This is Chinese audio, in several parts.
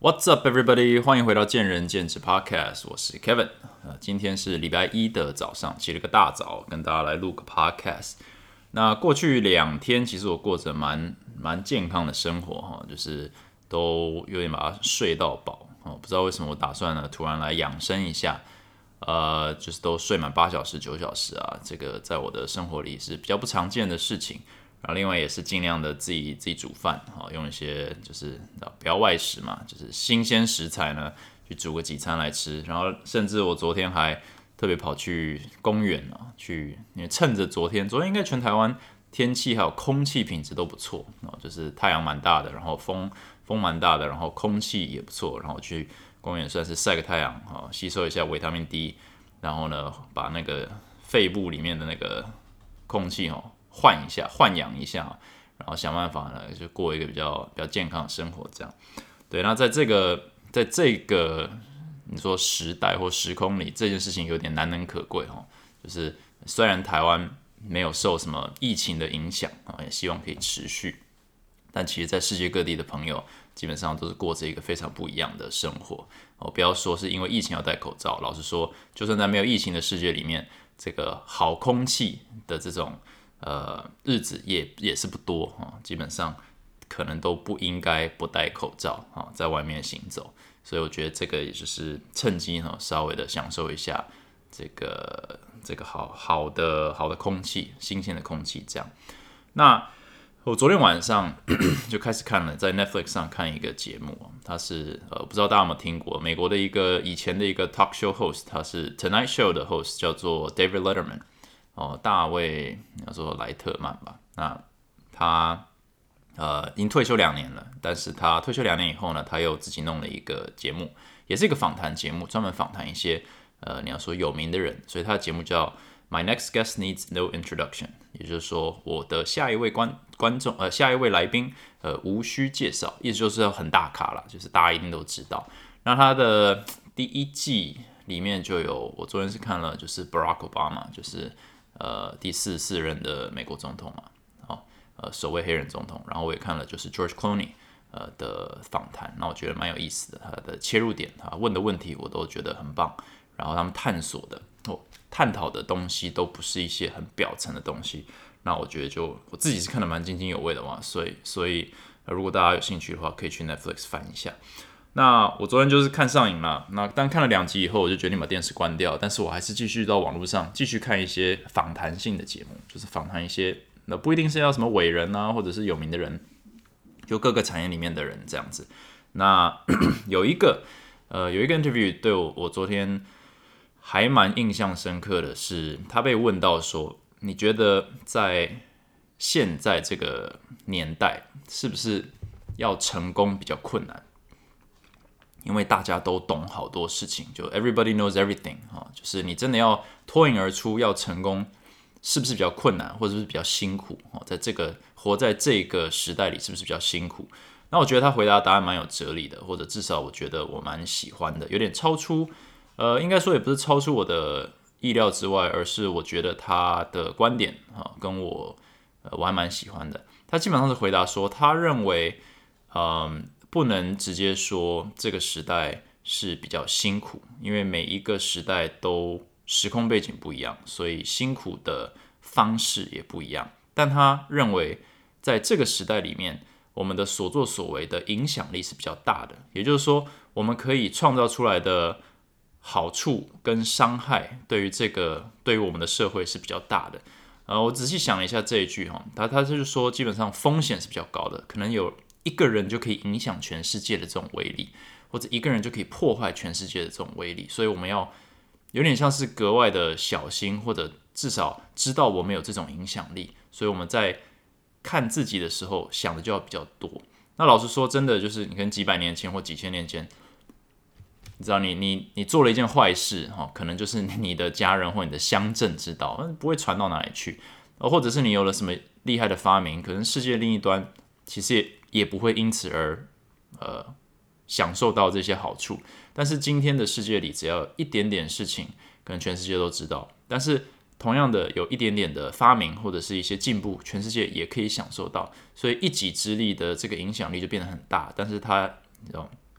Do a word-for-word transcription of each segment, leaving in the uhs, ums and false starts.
What's up, everybody？ 欢迎回到见仁见智 Podcast， 我是 Kevin。呃，今天是礼拜一的早上，起了个大早，跟大家来录个 Podcast。那过去两天，其实我过着蛮蛮健康的生活哈，就是都有点把它睡到饱哦。不知道为什么我打算呢，突然来养生一下，呃，就是都睡满八小时、九小时啊，这个在我的生活里是比较不常见的事情。然后另外也是尽量的自己自己煮饭，用一些就是不要外食嘛，就是新鲜食材呢去煮个几餐来吃。然后甚至我昨天还特别跑去公园啊，去因为趁着昨天，昨天应该全台湾天气还有空气品质都不错，就是太阳蛮大的，然后风风蛮大的，然后空气也不错，然后去公园算是晒个太阳，吸收一下维他命 D， 然后呢把那个肺部里面的那个空气哦。换一下，换养一下，然后想办法呢，就过一个比较比较健康的生活，这样。对，那在这个在这个你说时代或时空里，这件事情有点难能可贵哈。就是虽然台湾没有受什么疫情的影响啊，也希望可以持续，但其实在世界各地的朋友基本上都是过着一个非常不一样的生活哦。不要说是因为疫情要戴口罩，老实说，就算在没有疫情的世界里面，这个好空气的这种。呃，日子也也是不多哈、哦，基本上可能都不应该不戴口罩哈、哦，在外面行走，所以我觉得这个也就是趁机哈、哦，稍微的享受一下这个这个好好的好的空气，新鲜的空气这样。那我昨天晚上就开始看了，在 Netflix 上看一个节目，它是呃不知道大家有没有听过，美国的一个以前的一个 talk show host， 他是 Tonight Show 的 host， 叫做 David Letterman。哦，大卫，要说莱特曼吧，那他呃已经退休两年了，但是他退休两年以后呢，他又自己弄了一个节目，也是一个访谈节目，专门访谈一些呃你要说有名的人，所以他的节目叫 My Next Guest Needs No Introduction， 也就是说我的下一位观观众呃下一位来宾呃无需介绍，意思就是很大咖啦，就是大家一定都知道。那他的第一季里面就有，我昨天是看了，就是 Barack Obama， 就是。呃，第四十四任的美国总统嘛，哦，呃，首位黑人总统。然后我也看了就是 George Clooney 呃的访谈，那我觉得蛮有意思的，他的切入点，他问的问题我都觉得很棒。然后他们探索的、哦、探讨的东西都不是一些很表层的东西，那我觉得就我自己是看得蛮津津有味的嘛，所以所以、呃、如果大家有兴趣的话，可以去 Netflix 翻一下。那我昨天就是看上瘾了，那当看了两集以后，我就决定把电视关掉，但是我还是继续到网络上继续看一些访谈性的节目，就是访谈一些，那不一定是要什么伟人啊，或者是有名的人，就各个产业里面的人这样子。那有一个呃有一个 interview 对我我昨天还蛮印象深刻的是，他被问到说，你觉得在现在这个年代，是不是要成功比较困难？因为大家都懂好多事情，就 everybody knows everything 哈，就是你真的要脱颖而出，要成功，是不是比较困难，或者是比较辛苦？在这个活在这个时代里，是不是比较辛苦？那我觉得他回答的答案蛮有哲理的，或者至少我觉得我蛮喜欢的，有点超出，呃，应该说也不是超出我的意料之外，而是我觉得他的观点哈，跟我、呃、我还蛮喜欢的。他基本上是回答说，他认为，嗯。不能直接说这个时代是比较辛苦，因为每一个时代都时空背景不一样，所以辛苦的方式也不一样。但他认为，在这个时代里面，我们的所作所为的影响力是比较大的，也就是说，我们可以创造出来的好处跟伤害，对于这个对于我们的社会是比较大的。呃，我仔细想了一下这一句哈，他他就是说，基本上风险是比较高的，可能有。一个人就可以影响全世界的这种威力，或者一个人就可以破坏全世界的这种威力，所以我们要有点像是格外的小心，或者至少知道我们有这种影响力，所以我们在看自己的时候想的就要比较多。那老实说，真的就是你跟几百年前或几千年前，你知道你你你做了一件坏事，可能就是你的家人或你的乡镇知道，不会传到哪里去，或者是你有了什么厉害的发明，可能世界另一端其实也也不会因此而呃享受到这些好处。但是今天的世界里，只要一点点事情，可能全世界都知道。但是同样的，有一点点的发明或者是一些进步，全世界也可以享受到。所以一己之力的这个影响力就变得很大。但是它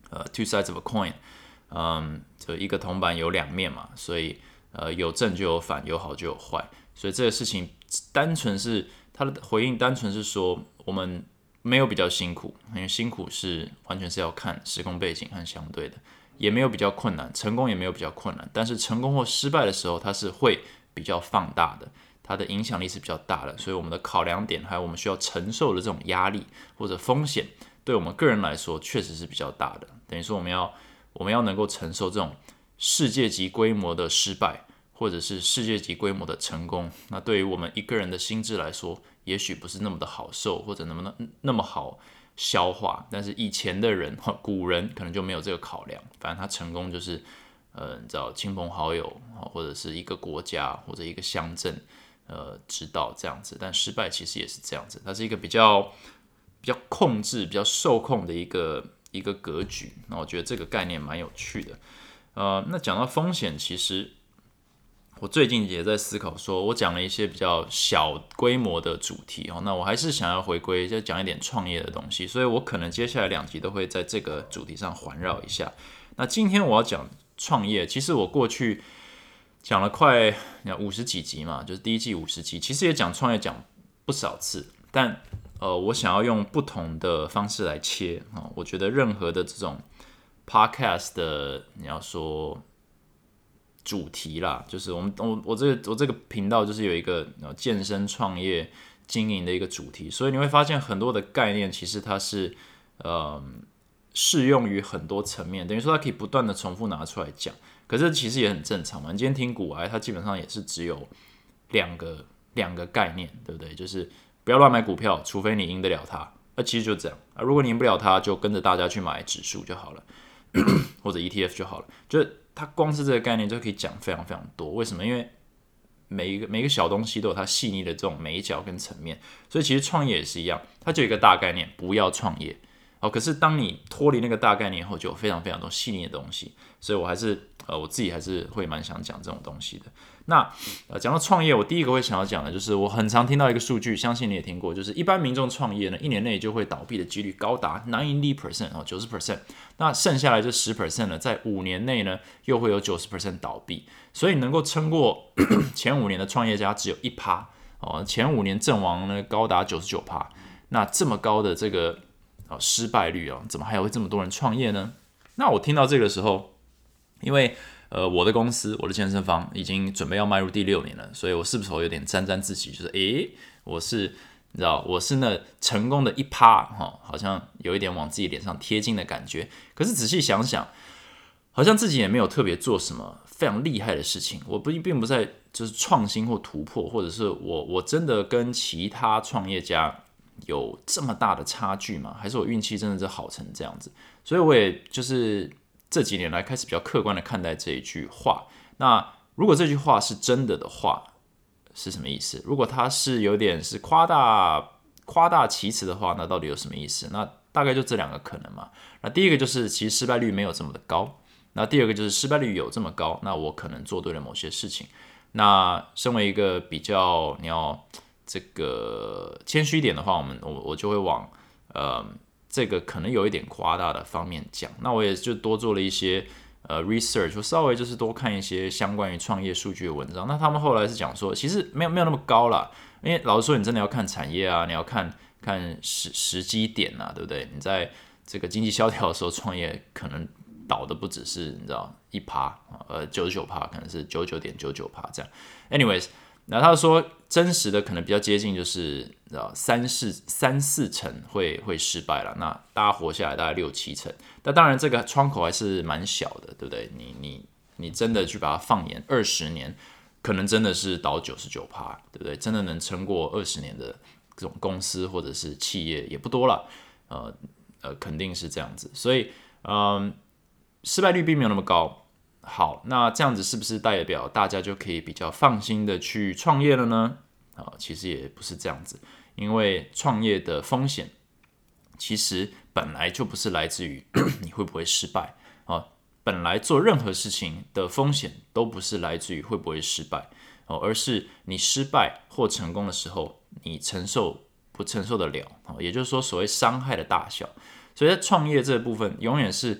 呃 two sides of a coin， 嗯，就一个铜板有两面嘛，所以呃有正就有反，有好就有坏，所以这个事情单纯是他的回应，单纯是说我们没有比较辛苦，因为辛苦是完全是要看时空背景和相对的，也没有比较困难，成功也没有比较困难，但是成功或失败的时候，它是会比较放大的，它的影响力是比较大的，所以我们的考量点还有我们需要承受的这种压力或者风险，对我们个人来说确实是比较大的。等于说我们要我们要能够承受这种世界级规模的失败，或者是世界级规模的成功，那对于我们一个人的心智来说，也许不是那么的好受，或者那么那么好消化。但是以前的人，古人可能就没有这个考量，反正他成功就是，呃，你知道亲朋好友，或者是一个国家或者一个乡镇，呃，知道这样子。但失败其实也是这样子，它是一个比较比较控制、比较受控的一个一个格局。那我觉得这个概念蛮有趣的。呃，那讲到风险，其实我最近也在思考说，我讲了一些比较小规模的主题哦，那我还是想要回归，就讲一点创业的东西，所以我可能接下来两集都会在这个主题上环绕一下。那今天我要讲创业，其实我过去讲了快五十几集嘛，就是第一季五十集，其实也讲创业讲不少次，但呃，我想要用不同的方式来切啊、哦，我觉得任何的这种 podcast 的，你要说主题啦，就是我们我我这个我这个频道就是有一个健身创业经营的一个主题，所以你会发现很多的概念其实它是呃适用于很多层面，等于说它可以不断的重复拿出来讲，可是其实也很正常嘛。你今天听股癌，它基本上也是只有两个两个概念，对不对？就是不要乱买股票，除非你赢得了它。那其实就这样啊，如果你赢不了它，就跟着大家去买指数就好了，或者 E T F 就好了。就是它光是这个概念就可以讲非常非常多。为什么？因为每一个每一个小东西都有它细腻的这种美角跟层面，所以其实创业也是一样，它就有一个大概念，不要创业。哦，可是当你脱离那个大概念后，就有非常非常多细腻的东西，所以我还是呃我自己还是会蛮想讲这种东西的。那呃讲到创业，我第一个会想要讲的就是我很常听到一个数据，相信你也听过，就是一般民众创业呢，一年内就会倒闭的几率高达 百分之九十 哦 百分之九十， 那剩下来这 百分之十 呢，在五年内呢又会有 百分之九十 倒闭，所以能够撑过前五年的创业家只有 百分之一 哦，前五年阵亡呢高达 百分之九十九， 那这么高的这个失败率啊，怎么还会这么多人创业呢？那我听到这个的时候，因为呃我的公司，我的健身房已经准备要迈入第六年了，所以我是不是有点沾沾自喜，就是诶，我是你知道我是那成功的一趴哈，好像有一点往自己脸上贴金的感觉。可是仔细想想，好像自己也没有特别做什么非常厉害的事情，我不并不在就是创新或突破，或者是我我真的跟其他创业家有这么大的差距吗？还是我运气真的是好成这样子？所以我也就是这几年来开始比较客观的看待这一句话。那如果这句话是真的的话，是什么意思？如果它是有点是夸大夸大其词的话，那到底有什么意思？那大概就这两个可能嘛。那第一个就是其实失败率没有这么的高，那第二个就是失败率有这么高，那我可能做对了某些事情。那身为一个比较你要这个谦虚一点的话，我们我我就会往呃这个可能有一点夸大的方面讲。那我也就多做了一些呃 research， 我稍微就是多看一些相关于创业数据的文章。那他们后来是讲说，其实没有没有那么高啦，因为老实说，你真的要看产业啊，你要看看时时机点啊，对不对？你在这个经济萧条的时候创业，可能倒的不只是你知道一趴，呃九十九趴，可能是九十九点九九趴这样。anyways。那他说真实的可能比较接近，就是三四三四成会会失败了，那大家活下来大概六七成。但当然这个窗口还是蛮小的，对不对？你你你真的去把它放眼二十年，可能真的是倒九十九趴，对不对？真的能撑过二十年的这种公司或者是企业也不多了，呃呃，肯定是这样子。所以嗯，失败率并没有那么高。好，那这样子是不是代表大家就可以比较放心的去创业了呢？啊，其实也不是这样子，因为创业的风险其实本来就不是来自于你会不会失败啊，本来做任何事情的风险都不是来自于会不会失败哦，而是你失败或成功的时候，你承受不承受得了，也就是说所谓伤害的大小。所以在创业这部分，永远是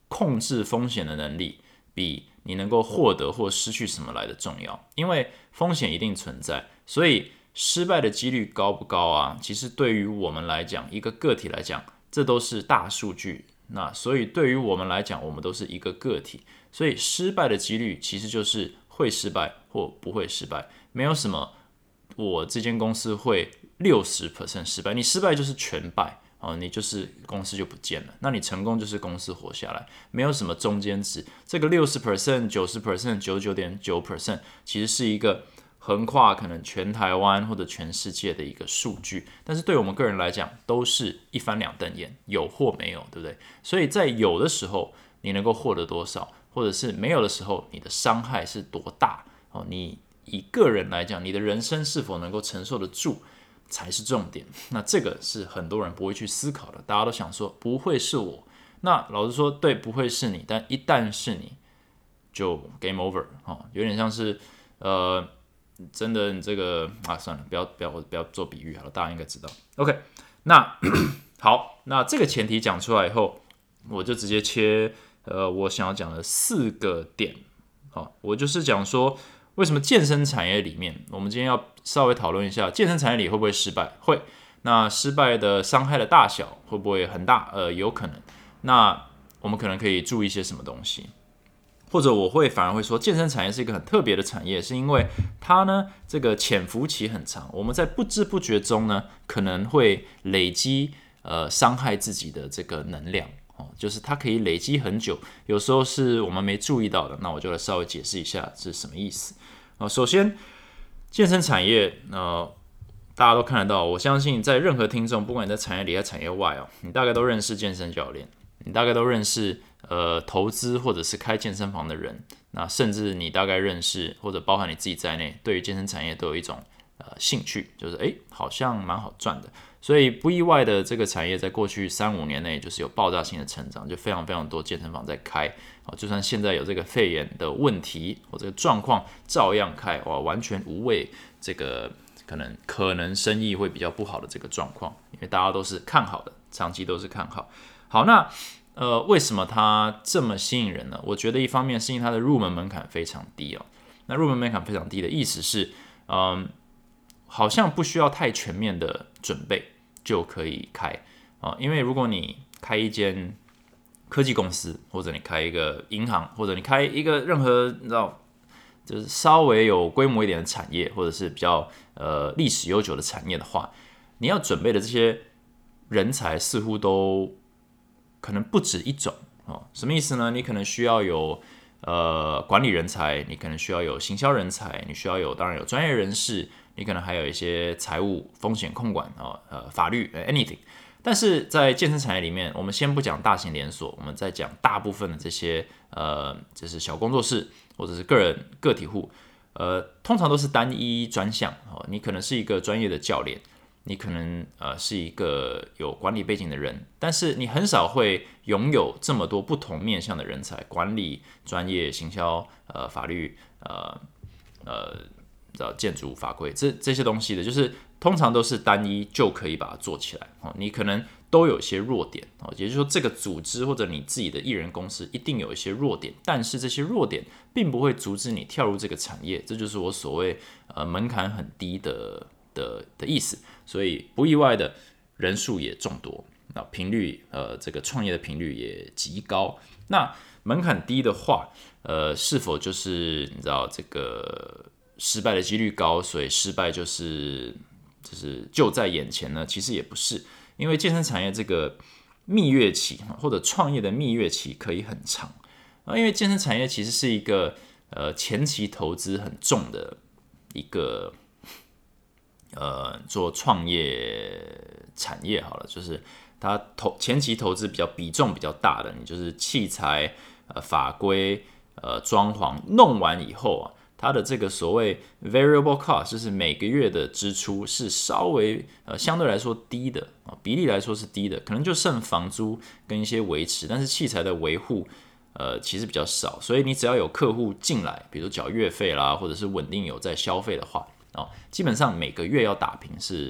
控制风险的能力比你能够获得或失去什么来的重要，因为风险一定存在，所以失败的几率高不高啊？其实对于我们来讲，一个个体来讲，这都是大数据。那所以对于我们来讲，我们都是一个个体，所以失败的几率其实就是会失败或不会失败，没有什么我这间公司会 百分之六十 失败，你失败就是全败。哦，你就是公司就不见了，那你成功就是公司活下来，没有什么中间值。这个 百分之六十、百分之九十、百分之九十九点九 其实是一个横跨可能全台湾或者全世界的一个数据，但是对我们个人来讲，都是一翻两瞪眼，有或没有，对不对？所以在有的时候，你能够获得多少，或者是没有的时候，你的伤害是多大？哦，你以个人来讲，你的人生是否能够承受得住？才是重点，那这个是很多人不会去思考的，大家都想说不会是我，那老实说，对，不会是你，但一旦是你，就 game over 哦，有点像是呃，真的你这个啊，算了，不要不要不要做比喻好了，大家应该知道。OK， 那好，那这个前提讲出来以后，我就直接切呃，我想要讲的四个点，好，我就是讲说。为什么健身产业里面，我们今天要稍微讨论一下，健身产业里会不会失败？会。那失败的伤害的大小会不会很大？呃，有可能。那我们可能可以注意一些什么东西？或者我会反而会说，健身产业是一个很特别的产业，是因为它呢这个潜伏期很长，我们在不知不觉中呢可能会累积呃伤害自己的这个能量。哦，就是它可以累积很久，有时候是我们没注意到的。那我就来稍微解释一下是什么意思。呃，首先，健身产业，呃，大家都看得到。我相信在任何听众，不管你在产业里还是产业外哦，你大概都认识健身教练，你大概都认识呃投资或者是开健身房的人。那甚至你大概认识，或者包含你自己在内，对于健身产业都有一种呃兴趣，就是诶，好像蛮好赚的。所以不意外的，这个产业在过去三五年内就是有爆炸性的成长，就非常非常多健身房在开。就算现在有这个肺炎的问题或这个状况，照样开，哇，完全无畏这个可能可能生意会比较不好的这个状况，因为大家都是看好的，长期都是看好。好，那呃，为什么它这么吸引人呢？我觉得一方面是因为它的入门门槛非常低哦。那入门门槛非常低的意思是，嗯，好像不需要太全面的准备就可以开啊、呃，因为如果你开一间科技公司，或者你开一个银行，或者你开一个任何你知道，就是稍微有规模一点的产业，或者是比较呃历史悠久的产业的话，你要准备的这些人才似乎都可能不止一种哦。什么意思呢？你可能需要有呃管理人才，你可能需要有行销人才，你需要有当然有专业人士，你可能还有一些财务风险控管哦，呃法律 anything。但是在健身产业里面，我们先不讲大型连锁，我们再讲大部分的这些呃，就是小工作室或者是个人个体户，呃，通常都是单一专项哦。你可能是一个专业的教练，你可能呃是一个有管理背景的人，但是你很少会拥有这么多不同面向的人才，管理、专业、行销、呃法律、呃呃建筑法规这这些东西的，就是通常都是单一就可以把它做起来哦。你可能都有一些弱点哦，也就是说这个组织或者你自己的艺人公司一定有一些弱点，但是这些弱点并不会阻止你跳入这个产业，这就是我所谓呃门槛很低的的的意思。所以不意外的人数也众多，那频率呃这个创业的频率也极高。那门槛低的话，呃是否就是你知道这个失败的几率高，所以失败就是就是就在眼前呢？其实也不是，因为健身产业这个蜜月期或者创业的蜜月期可以很长啊，因为健身产业其实是一个呃前期投资很重的一个呃做创业产业好了，就是它投前期投资比较比重比较大的，你就是器材、呃法规、呃装潢弄完以后啊。它的这个所谓 variable cost 就是每个月的支出是稍微呃相对来说低的啊，比例来说是低的，可能就剩房租跟一些维持，但是器材的维护呃其实比较少，所以你只要有客户进来，比如缴月费啦，或者是稳定有在消费的话哦，基本上每个月要打平是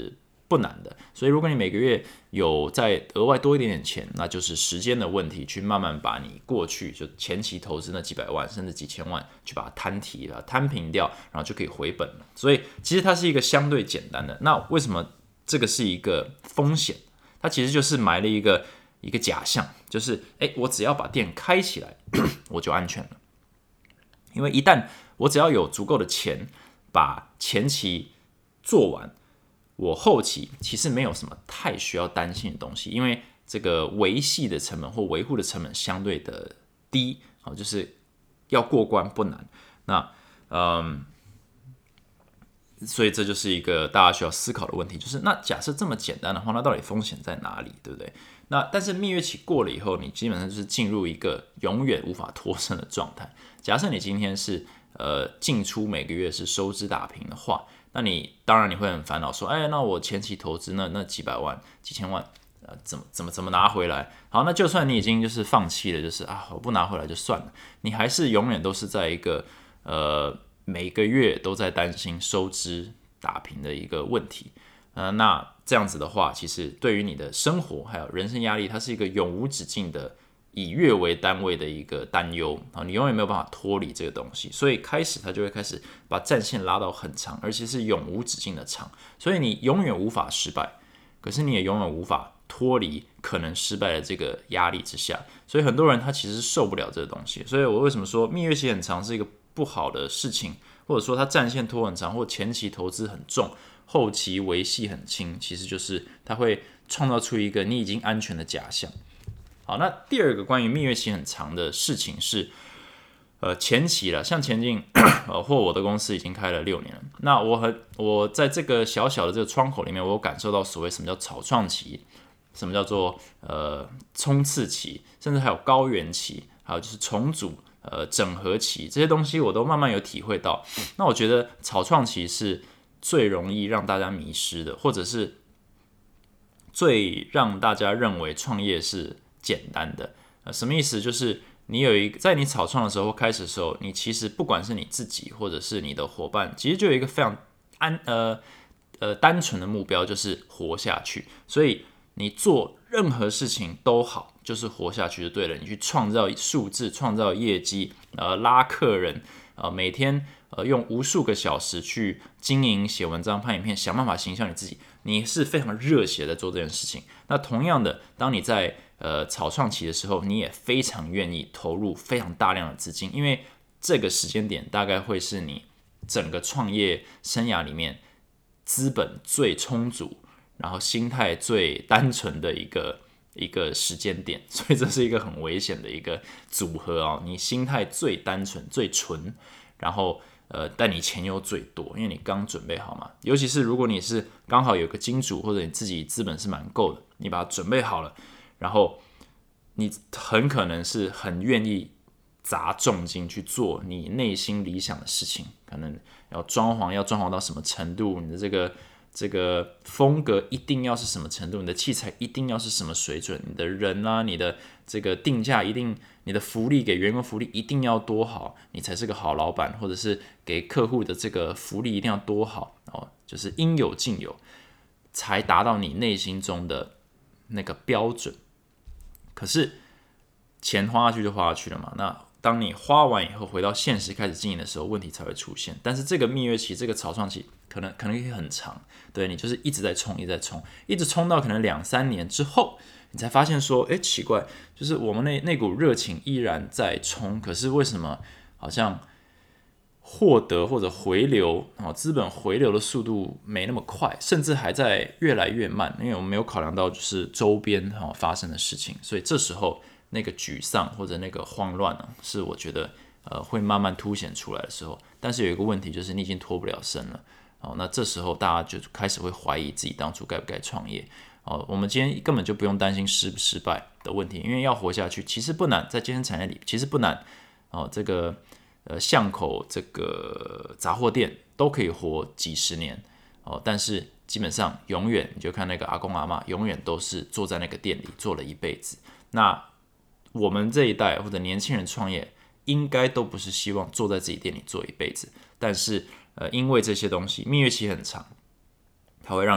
不难的。所以如果你每个月有再额外多一点点钱，那就是时间的问题，去慢慢把你过去就前期投资那几百万甚至几千万去把它摊提了、摊平掉，然后就可以回本了。所以其实它是一个相对简单的。那为什么这个是一个风险？它其实就是埋了一个一个假象，就是哎，我只要把店开起来，我就安全了。因为一旦我只要有足够的钱把前期做完，我后期其实没有什么太需要担心的东西，因为这个维系的成本或维护的成本相对的低，就是要过关不难。那嗯，所以这就是一个大家需要思考的问题，就是那假设这么简单的话，那到底风险在哪里，对不对？那但是蜜月期过了以后，你基本上就是进入一个永远无法脱身的状态。假设你今天是呃进出每个月是收支打平的话，那你当然你会很烦恼，说，哎，那我前期投资那那几百万、几千万，呃，怎么怎么怎么拿回来？好，那就算你已经就是放弃了，就是啊，我不拿回来就算了，你还是永远都是在一个呃每个月都在担心收支打平的一个问题。呃，那这样子的话，其实对于你的生活还有人生压力，它是一个永无止境的以月为单位的一个担忧啊，你永远没有办法脱离这个东西，所以开始它就会开始把战线拉到很长，而且是永无止境的长，所以你永远无法失败，可是你也永远无法脱离可能失败的这个压力之下，所以很多人他其实受不了这个东西，所以我为什么说蜜月期很长是一个不好的事情，或者说它战线拖很长，或前期投资很重，后期维系很轻，其实就是它会创造出一个你已经安全的假象。好，那第二个关于蜜月期很长的事情是，呃，前期了，像前进呃或我的公司已经开了六年了，那我和我在这个小小的这个窗口里面，我有感受到所谓什么叫草创期，什么叫做呃冲刺期，甚至还有高原期，还有就是重组。呃，整合期这些东西我都慢慢有体会到。那我觉得草创期是最容易让大家迷失的，或者是最让大家认为创业是简单的。呃，什么意思？就是你有一个在你草创的时候开始的时候，你其实不管是你自己或者是你的伙伴，其实就有一个非常安呃呃单纯的目标，就是活下去。所以你做任何事情都好，就是活下去就对了。你去创造数字，创造业绩，呃，拉客人，呃，每天呃用无数个小时去经营、写文章、拍影片，想办法行销你自己。你是非常热血的做这件事情。那同样的，当你在呃草创期的时候，你也非常愿意投入非常大量的资金，因为这个时间点大概会是你整个创业生涯里面资本最充足，然后心态最单纯的一个一个时间点，所以这是一个很危险的一个组合啊！你心态最单纯、最纯，然后呃，但你钱又最多，因为你刚准备好嘛。尤其是如果你是刚好有个金主，或者你自己资本是蛮够的，你把它准备好了，然后你很可能是很愿意砸重金去做你内心理想的事情，可能要装潢，要装潢到什么程度，你的这个。这个风格一定要是什么程度，你的器材一定要是什么水准，你的人啊，你的这个定价一定，你的福利给员工福利一定要多好，你才是个好老板，或者是给客户的这个福利一定要多好哦，就是应有尽有，才达到你内心中的那个标准。可是钱花下去就花下去了嘛，那当你花完以后回到现实开始经营的时候，问题才会出现。但是这个蜜月期，这个草创期可能可能会很长，对，你就是一直在冲，一直在冲，一直冲到可能两三年之后，你才发现说，哎，奇怪，就是我们那那股热情依然在冲，可是为什么好像获得或者回流啊，资本回流的速度没那么快，甚至还在越来越慢，因为我们没有考量到就是周边哈发生的事情，所以这时候那个沮丧或者那个慌乱呢，是我觉得呃会慢慢凸显出来的时候。但是有一个问题就是你已经脱不了身了。哦，那这时候大家就开始会怀疑自己当初该不该创业。哦，我们今天根本就不用担心失不失败的问题，因为要活下去其实不难，在健身产业里其实不难。哦，这个呃巷口这个杂货店都可以活几十年。哦，但是基本上永远你就看那个阿公阿嬷，永远都是坐在那个店里做了一辈子。那我们这一代或者年轻人创业，应该都不是希望坐在自己店里做一辈子，但是呃，因为这些东西，蜜月期很长，它会让你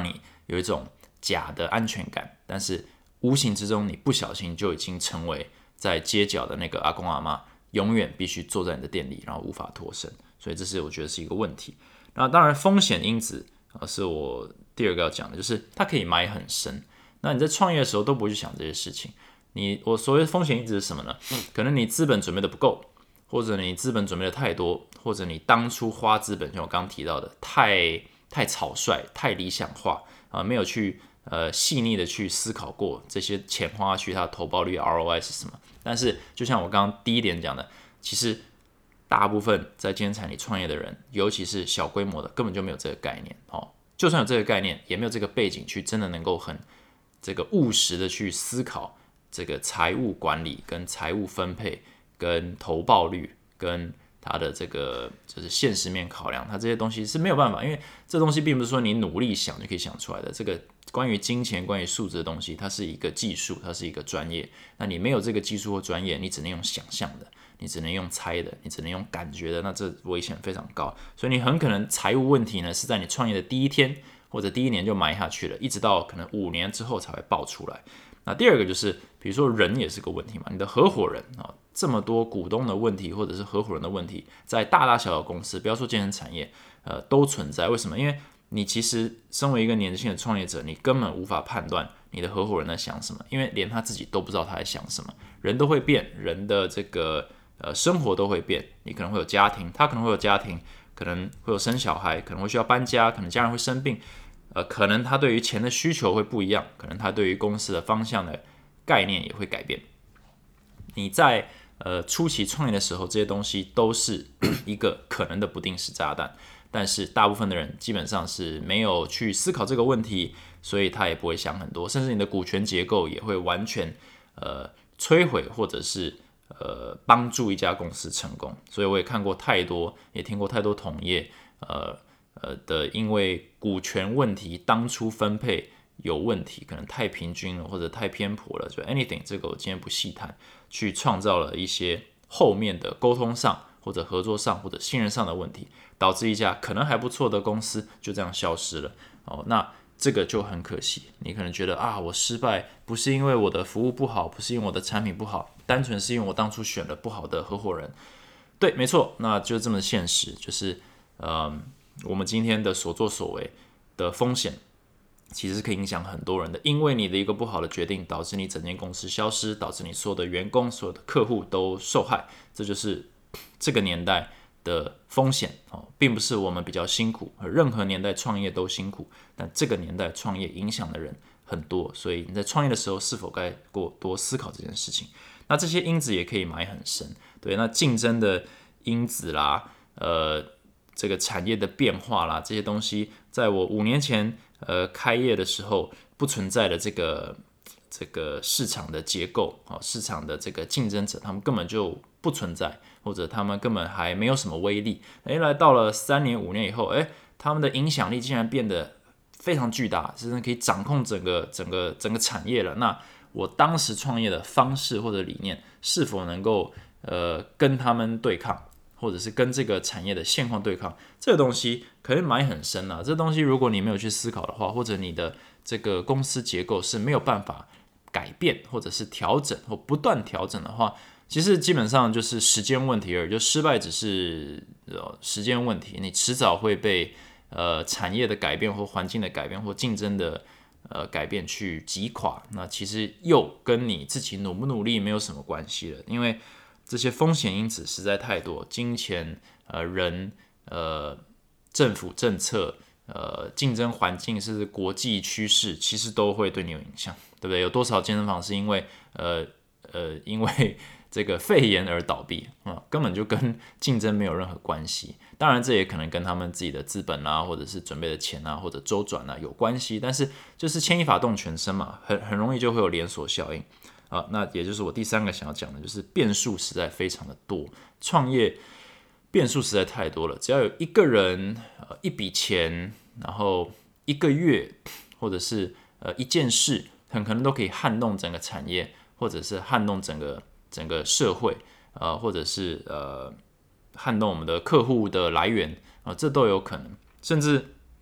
有一种假的安全感，但是无形之中你不小心就已经成为在街角的那个阿公阿嬷，永远必须坐在你的店里，然后无法脱身。所以这是我觉得是一个问题。那当然风险因子、呃、是我第二个要讲的，就是它可以埋很深。那你在创业的时候都不会去想这些事情。你我所谓的风险因子是什么呢？可能你资本准备的不够，或者你资本准备的太多，或者你当初花资本，像我刚刚提到的，太太草率、太理想化啊、呃，没有去呃细腻的去思考过这些钱花下去它的投报率 R O I 是什么。但是就像我刚刚第一点讲的，其实大部分在今天产业创业的人，尤其是小规模的，根本就没有这个概念哦。就算有这个概念，也没有这个背景去真的能够很这个务实的去思考这个财务管理、跟财务分配、跟投报率、跟它的这个就是现实面考量，它这些东西是没有办法，因为这东西并不是说你努力想就可以想出来的。这个关于金钱、关于数字的东西，它是一个技术，它是一个专业。那你没有这个技术或专业，你只能用想象的。你只能用猜的，你只能用感觉的，那这危险非常高。所以你很可能财务问题呢是在你创业的第一天或者第一年就埋下去了，一直到可能五年之后才会爆出来。那第二个就是，比如说人也是个问题嘛，你的合伙人啊，这么多股东的问题或者是合伙人的问题，在大大小小公司，不要说健身产业，呃，都存在。为什么？因为你其实身为一个年轻的创业者，你根本无法判断你的合伙人在想什么，因为连他自己都不知道他在想什么。人都会变，人的这个呃生活都会变，你可能会有家庭，他可能会有家庭，可能会有生小孩，可能会需要搬家，可能家人会生病，呃，可能他对于钱的需求会不一样，可能他对于公司的方向的概念也会改变。你在呃初期创业的时候，这些东西都是一个可能的不定时炸弹，但是大部分的人基本上是没有去思考这个问题，所以他也不会想很多，甚至你的股权结构也会完全呃摧毁或者是呃帮助一家公司成功。所以我也看过太多，也听过太多同业呃呃的因为股权问题当初分配有问题，可能太平均了或者太偏颇了，就 anything 这个我今天不细谈，去创造了一些后面的沟通上或者合作上或者信任上的问题，导致一家可能还不错的公司就这样消失了。哦，那这个就很可惜。你可能觉得啊，我失败不是因为我的服务不好，不是因为我的产品不好，单纯是因为我当初选了不好的合伙人。对，没错，那就这么现实，就是呃，我们今天的所作所为的风险，其实可以影响很多人的。因为你的一个不好的决定，导致你整间公司消失，导致你所有的员工、所有的客户都受害。这就是这个年代的风险哦，并不是我们比较辛苦，任何年代创业都辛苦，但这个年代创业影响的人很多，所以你在创业的时候是否该过多思考这件事情？那这些因子也可以埋很深，对，那竞争的因子啦，呃，这个产业的变化啦，这些东西，在我五年前呃开业的时候不存在的这个这个市场的结构啊，市场的这个竞争者，他们根本就不存在，或者他们根本还没有什么威力。哎，来到了三年五年以后，哎，他们的影响力竟然变得非常巨大，甚至可以掌控整个整个整个产业了。那我当时创业的方式或者理念，是否能够呃跟他们对抗，或者是跟这个产业的现况对抗？这个东西可以埋很深啊。这东西如果你没有去思考的话，或者你的这个公司结构是没有办法改变，或者是调整或不断调整的话，其实基本上就是时间问题而已，就失败只是时间问题，你迟早会被呃产业的改变或环境的改变或竞争的呃改变去击垮。那其实又跟你自己努不努力没有什么关系了，因为这些风险因子实在太多，金钱、呃人、呃政府政策、呃竞争环境，甚至国际趋势，其实都会对你有影响，对不对？有多少健身房是因为呃呃因为这个肺炎而倒闭啊、嗯，根本就跟竞争没有任何关系。当然，这也可能跟他们自己的资本啊，或者是准备的钱啊，或者周转啊有关系。但是就是牵一发动全身嘛，很很容易就会有连锁效应啊。那也就是我第三个想要讲的，就是变数实在非常的多，创业变数实在太多了。只要有一个人、呃、一笔钱，然后一个月，或者是呃一件事，很可能都可以撼动整个产业，或者是撼动整个整个社会，呃，或者是呃撼动我们的客户的来源啊、呃，这都有可能。甚至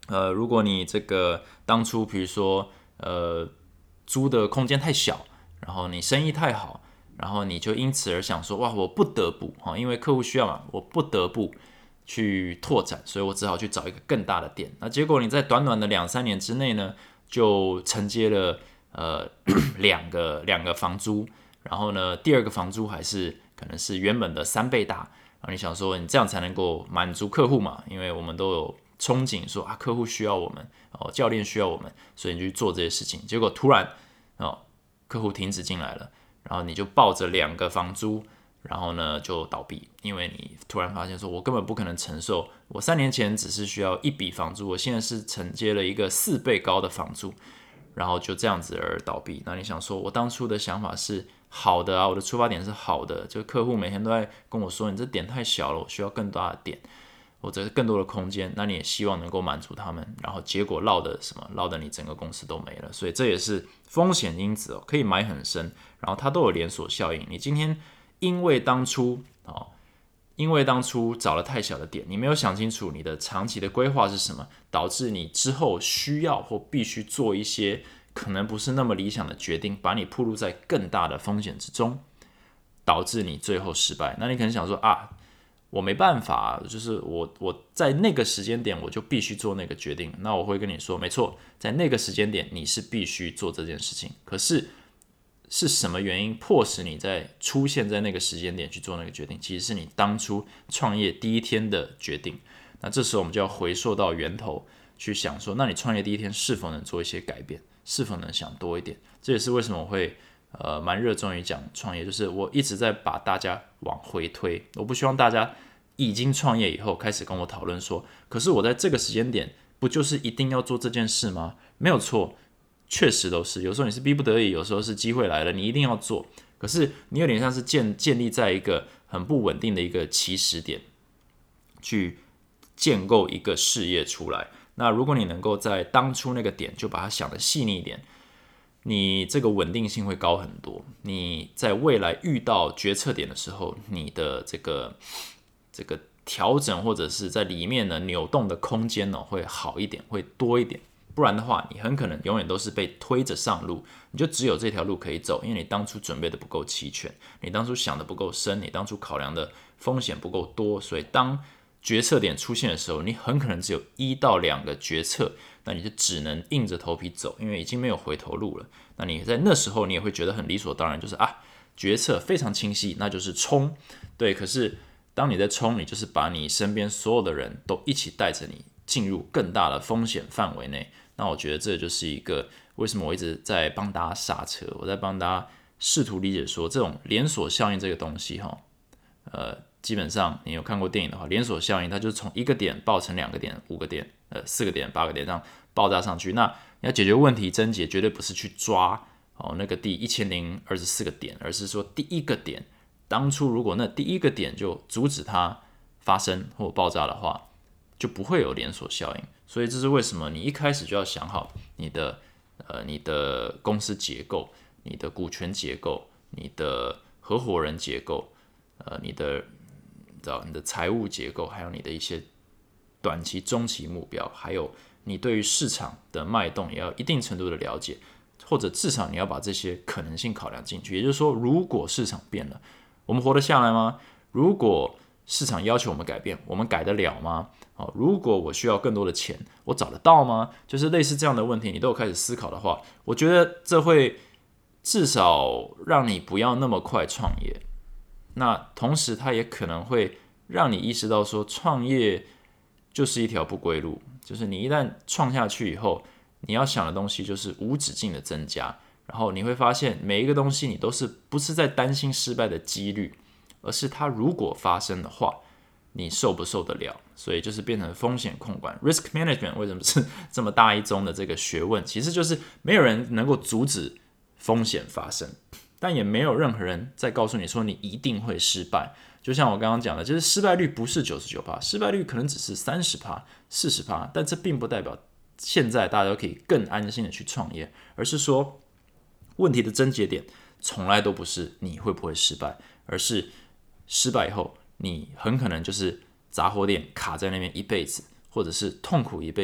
呃，如果你这个当初比如说呃租的空间太小，然后你生意太好，然后你就因此而想说，哇，我不得不哈，因为客户需要嘛，我不得不去拓展，所以我只好去找一个更大的店。那结果你在短短的两三年之内呢，就承接了呃两个两个房租，然后呢，第二个房租还是可能是原本的三倍大。然后你想说，你这样才能够满足客户嘛？因为我们都有憧憬说啊，客户需要我们，哦，教练需要我们，所以你就去做这些事情。结果突然哦，客户停止进来了，然后你就抱着两个房租，然后呢就倒闭，因为你突然发现说，我根本不可能承受，我三年前只是需要一笔房租，我现在是承接了一个四倍高的房租，然后就这样子而倒闭。那你想说，我当初的想法是好的啊，我的出发点是好的，就客户每天都在跟我说，你这点太小了，我需要更大的点，或者是更多的空间，那你也希望能够满足他们，然后结果落的什么，落的你整个公司都没了，所以这也是风险因子哦，可以埋很深，然后它都有连锁效应。你今天因为当初哦，因为当初找了太小的点，你没有想清楚你的长期的规划是什么，导致你之后需要或必须做一些可能不是那么理想的决定，把你暴露在更大的风险之中，导致你最后失败。那你可能想说啊，我没办法，就是我我在那个时间点我就必须做那个决定。那我会跟你说，没错，在那个时间点你是必须做这件事情。可是是什么原因迫使你在出现在那个时间点去做那个决定？其实是你当初创业第一天的决定。那这时候我们就要回溯到源头去想说，那你创业第一天是否能做一些改变？是否能想多一点？这也是为什么我会呃蛮热衷于讲创业，就是我一直在把大家往回推。我不希望大家已经创业以后开始跟我讨论说，可是我在这个时间点不就是一定要做这件事吗？没有错。确实都是，有时候你是逼不得已，有时候是机会来了，你一定要做。可是你有点像是建建立在一个很不稳定的一个起始点，去建构一个事业出来。那如果你能够在当初那个点就把它想得细腻一点，你这个稳定性会高很多。你在未来遇到决策点的时候，你的这个这个调整或者是在里面的扭动的空间呢，会好一点，会多一点。不然的话，你很可能永远都是被推着上路，你就只有这条路可以走，因为你当初准备的不够齐全，你当初想的不够深，你当初考量的风险不够多，所以当决策点出现的时候，你很可能只有一到两个决策，那你就只能硬着头皮走，因为已经没有回头路了。那你在那时候你也会觉得很理所当然，就是啊，决策非常清晰，那就是冲，对。可是当你在冲，你就是把你身边所有的人都一起带着你进入更大的风险范围内。那我觉得这就是一个为什么我一直在帮大家刹车，我在帮大家试图理解说，这种连锁效应这个东西哈，呃，基本上你有看过电影的话，连锁效应它就是从一个点爆成两个点、五个点、呃四个点、八个点这样爆炸上去。那你要解决问题症结，绝对不是去抓哦那个第一千零二十四个点，而是说第一个点，当初如果那第一个点就阻止它发生或爆炸的话，就不会有连锁效应。所以这是为什么你一开始就要想好你的呃你的公司结构、你的股权结构、你的合伙人结构、呃你的你知道你的财务结构，还有你的一些短期、中期目标，还有你对于市场的脉动也要一定程度的了解，或者至少你要把这些可能性考量进去。也就是说，如果市场变了，我们活得下来吗？如果市场要求我们改变，我们改得了吗？哦，如果我需要更多的钱，我找得到吗？就是类似这样的问题，你都有开始思考的话，我觉得这会至少让你不要那么快创业。那同时，它也可能会让你意识到说，创业就是一条不归路。就是你一旦创下去以后，你要想的东西就是无止境的增加，然后你会发现每一个东西你都是不是在担心失败的几率，而是它如果发生的话，你受不受得了？所以就是变成风险控管 （risk management）。为什么是这么大一宗的这个学问？其实就是没有人能够阻止风险发生，但也没有任何人在告诉你说你一定会失败。就像我刚刚讲的，就是失败率不是 百分之九十九， 失败率可能只是 百分之三十、百分之四十， 但这并不代表现在大家都可以更安心的去创业，而是说问题的症结点从来都不是你会不会失败，而是失败以后你很可能就是杂货店卡在那边一辈子，或者是痛苦一辈子，或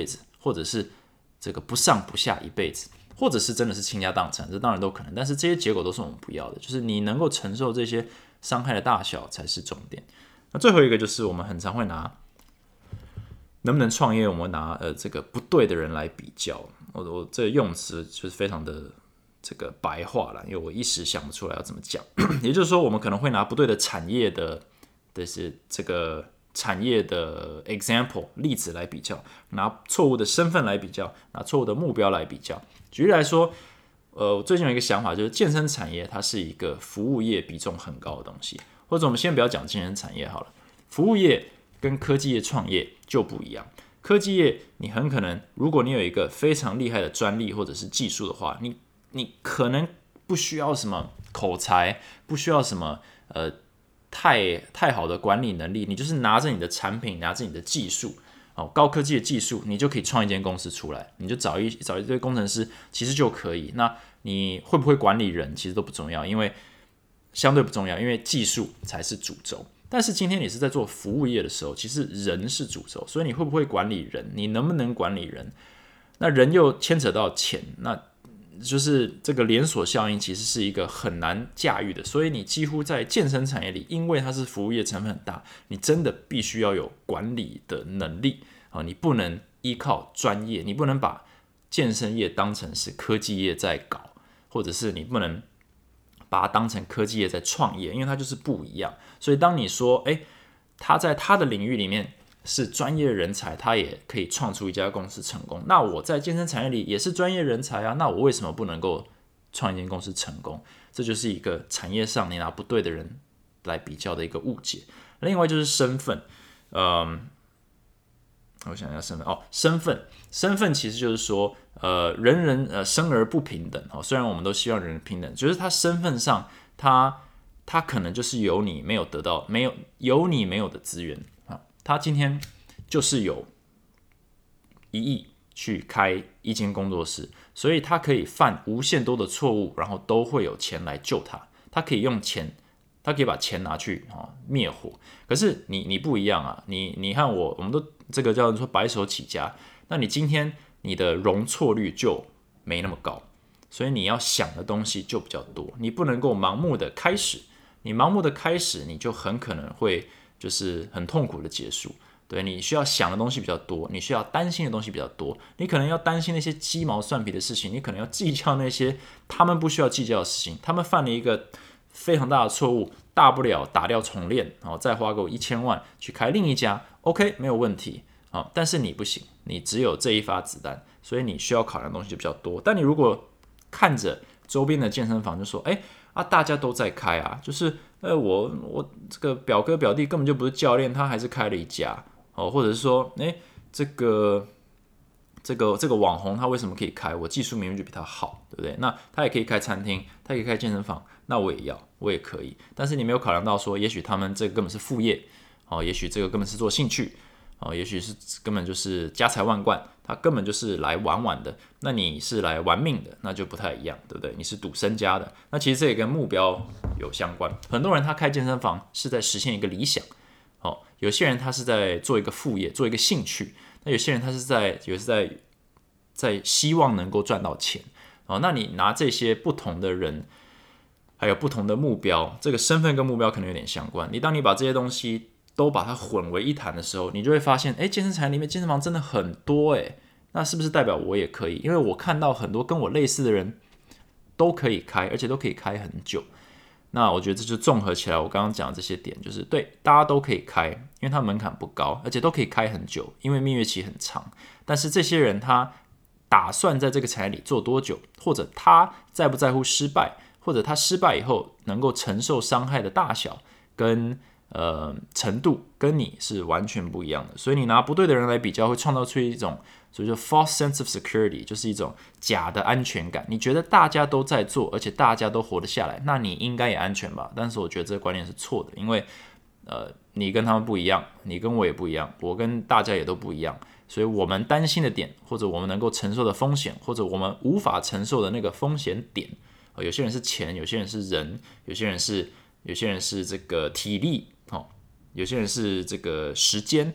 或者是这个不上不下一辈子，或者是真的是倾家荡产，这当然都可能。但是这些结果都是我们不要的，就是你能够承受这些伤害的大小才是重点。那最后一个就是我们很常会拿能不能创业，我们拿呃这个不对的人来比较。我我这个用词就是非常的这个白话了，因为我一时想不出来要怎么讲。也就是说，我们可能会拿不对的产业的的是这个产业的 example 例子来比较，拿错误的身份来比较，拿错误的目标来比较。举例来说，呃，我最近有一个想法，就是健身产业它是一个服务业比重很高的东西，或者我们先不要讲健身产业好了，服务业跟科技业创业就不一样。科技业你很可能，如果你有一个非常厉害的专利或者是技术的话，你你可能不需要什么口才，不需要什么呃太太好的管理能力，你就是拿着你的产品，拿着你的技术，哦，高科技的技术，你就可以创一间公司出来，你就找一找一堆工程师，其实就可以。那你会不会管理人，其实都不重要，因为相对不重要，因为技术才是主轴。但是今天你是在做服务业的时候，其实人是主轴，所以你会不会管理人，你能不能管理人，那人又牵扯到钱，那就是这个连锁效应其实是一个很难驾驭的。所以你几乎在健身产业里，因为它是服务业成分很大，你真的必须要有管理的能力啊，你不能依靠专业，你不能把健身业当成是科技业在搞，或者是你不能把它当成科技业在创业，因为它就是不一样。所以当你说，哎，他在他的领域里面是专业人才，他也可以创出一家公司成功。那我在健身产业里也是专业人才啊，那我为什么不能够创一间公司成功？这就是一个产业上你拿不对的人来比较的一个误解。另外就是身份，嗯，我想一下身份哦，身份，身份其实就是说，呃，人人呃生而不平等哦。虽然我们都希望人人平等，就是他身份上，他他可能就是有你没有得到，没有有你没有的资源啊。他今天就是有一亿去开一间工作室，所以他可以犯无限多的错误，然后都会有钱来救他。他可以用钱。他可以把钱拿去啊灭火，可是你你不一样啊，你你和我，我们都这个叫做白手起家，那你今天你的容错率就没那么高，所以你要想的东西就比较多，你不能够盲目的开始，你盲目的开始，你就很可能会就是很痛苦的结束。对，你需要想的东西比较多，你需要担心的东西比较多，你可能要担心那些鸡毛蒜皮的事情，你可能要计较那些他们不需要计较的事情，他们犯了一个非常大的错误，大不了打掉重练，然后再花个一千万去开另一家 ，OK 没有问题啊。但是你不行，你只有这一发子弹，所以你需要考量的东西就比较多。但你如果看着周边的健身房就说，哎啊，大家都在开啊，就是呃我我这个表哥表弟根本就不是教练，他还是开了一家哦，或者是说，哎这个。这个这个网红他为什么可以开？我技术明明就比他好，对不对？那他也可以开餐厅，他也可以开健身房，那我也要，我也可以。但是你没有考量到说，也许他们这个根本是副业，哦，也许这个根本是做兴趣，哦，也许是根本就是家财万贯，他根本就是来玩玩的。那你是来玩命的，那就不太一样，对不对？你是赌身家的，那其实这也跟目标有相关。很多人他开健身房是在实现一个理想，哦，有些人他是在做一个副业，做一个兴趣。那有些人他是在也是在在希望能够赚到钱哦，那你拿这些不同的人，还有不同的目标，这个身份跟目标可能有点相关。你当你把这些东西都把它混为一谈的时候，你就会发现，哎，健身产业里面健身房真的很多哎，那是不是代表我也可以？因为我看到很多跟我类似的人都可以开，而且都可以开很久。那我觉得这就综合起来，我刚刚讲的这些点，就是对大家都可以开，因为它门槛不高，而且都可以开很久，因为蜜月期很长。但是这些人他打算在这个产业里做多久，或者他在不在乎失败，或者他失败以后能够承受伤害的大小跟呃程度，跟你是完全不一样的。所以你拿不对的人来比较，会创造出一种所以说 false sense of security， 就是一种假的安全感。你觉得大家都在做，而且大家都活得下来，那你应该也安全吧？但是我觉得这个观念是错的，因为呃，你跟他们不一样，你跟我也不一样，我跟大家也都不一样。所以我们担心的点，或者我们能够承受的风险，或者我们无法承受的那个风险点，呃、有些人是钱，有些人是人，有些人是有些人是这个体力，哦，有些人是这个时间。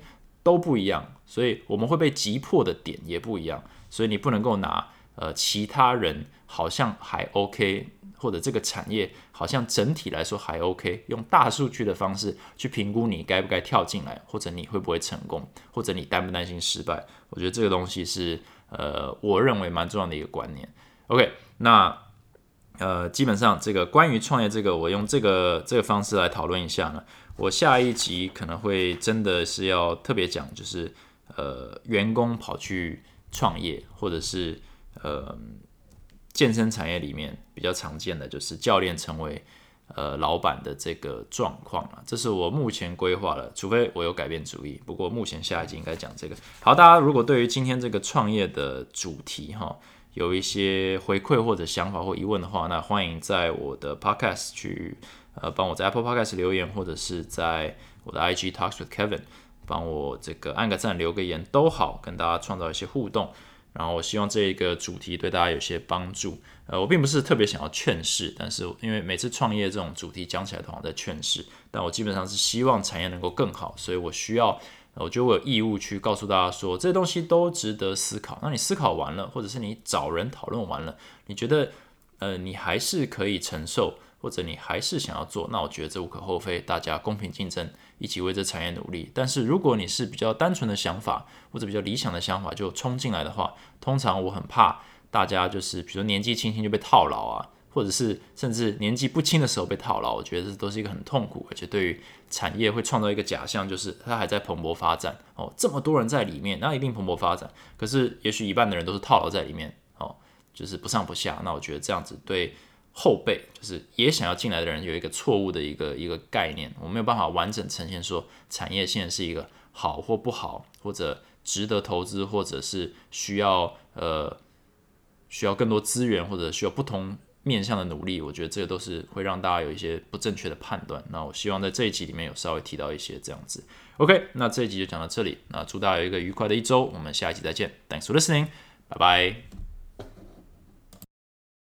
都不一样，所以我们会被击破的点也不一样，所以你不能够拿呃其他人好像还 OK， 或者这个产业好像整体来说还 OK， 用大数据的方式去评估你该不该跳进来，或者你会不会成功，或者你担不担心失败。我觉得这个东西是呃我认为蛮重要的一个观念。OK， 那呃基本上这个关于创业这个，我用这个这个方式来讨论一下呢。我下一集可能会真的是要特别讲，就是呃员工跑去创业，或者是呃健身产业里面比较常见的就是教练成为呃老板的这个状况啊，这是我目前规划的，除非我有改变主意。不过目前下一集应该讲这个。好，大家如果对于今天这个创业的主题哈有一些回馈或者想法或疑问的话，那欢迎在我的 podcast 去。呃，帮我在 Apple Podcast 留言，或者是在我的 I G Talks with Kevin 帮我这个按个赞、留个言都好，跟大家创造一些互动。然后我希望这一个主题对大家有些帮助。呃，我并不是特别想要劝世，但是因为每次创业这种主题讲起来都好像在劝世，但我基本上是希望产业能够更好，所以我需要，我觉得我有义务去告诉大家说，这些东西都值得思考。那你思考完了，或者是你找人讨论完了，你觉得呃你还是可以承受，或者你还是想要做，那我觉得这无可厚非，大家公平竞争，一起为这产业努力。但是如果你是比较单纯的想法，或者比较理想的想法就冲进来的话，通常我很怕大家就是比如说年纪轻轻就被套牢啊，或者是甚至年纪不轻的时候被套牢，我觉得这都是一个很痛苦，而且对于产业会创造一个假象，就是它还在蓬勃发展哦，这么多人在里面，那一定蓬勃发展。可是也许一半的人都是套牢在里面哦，就是不上不下。那我觉得这样子对后辈就是也想要进来的人有一个错误的一个一个概念，我没有办法完整呈现说产业现在是一个好或不好，或者值得投资，或者是需要呃需要更多资源，或者需要不同面向的努力。我觉得这个都是会让大家有一些不正确的判断。那我希望在这一集里面有稍微提到一些这样子。OK， 那这一集就讲到这里。那祝大家有一个愉快的一周，我们下一集再见。Thanks for listening， 拜拜。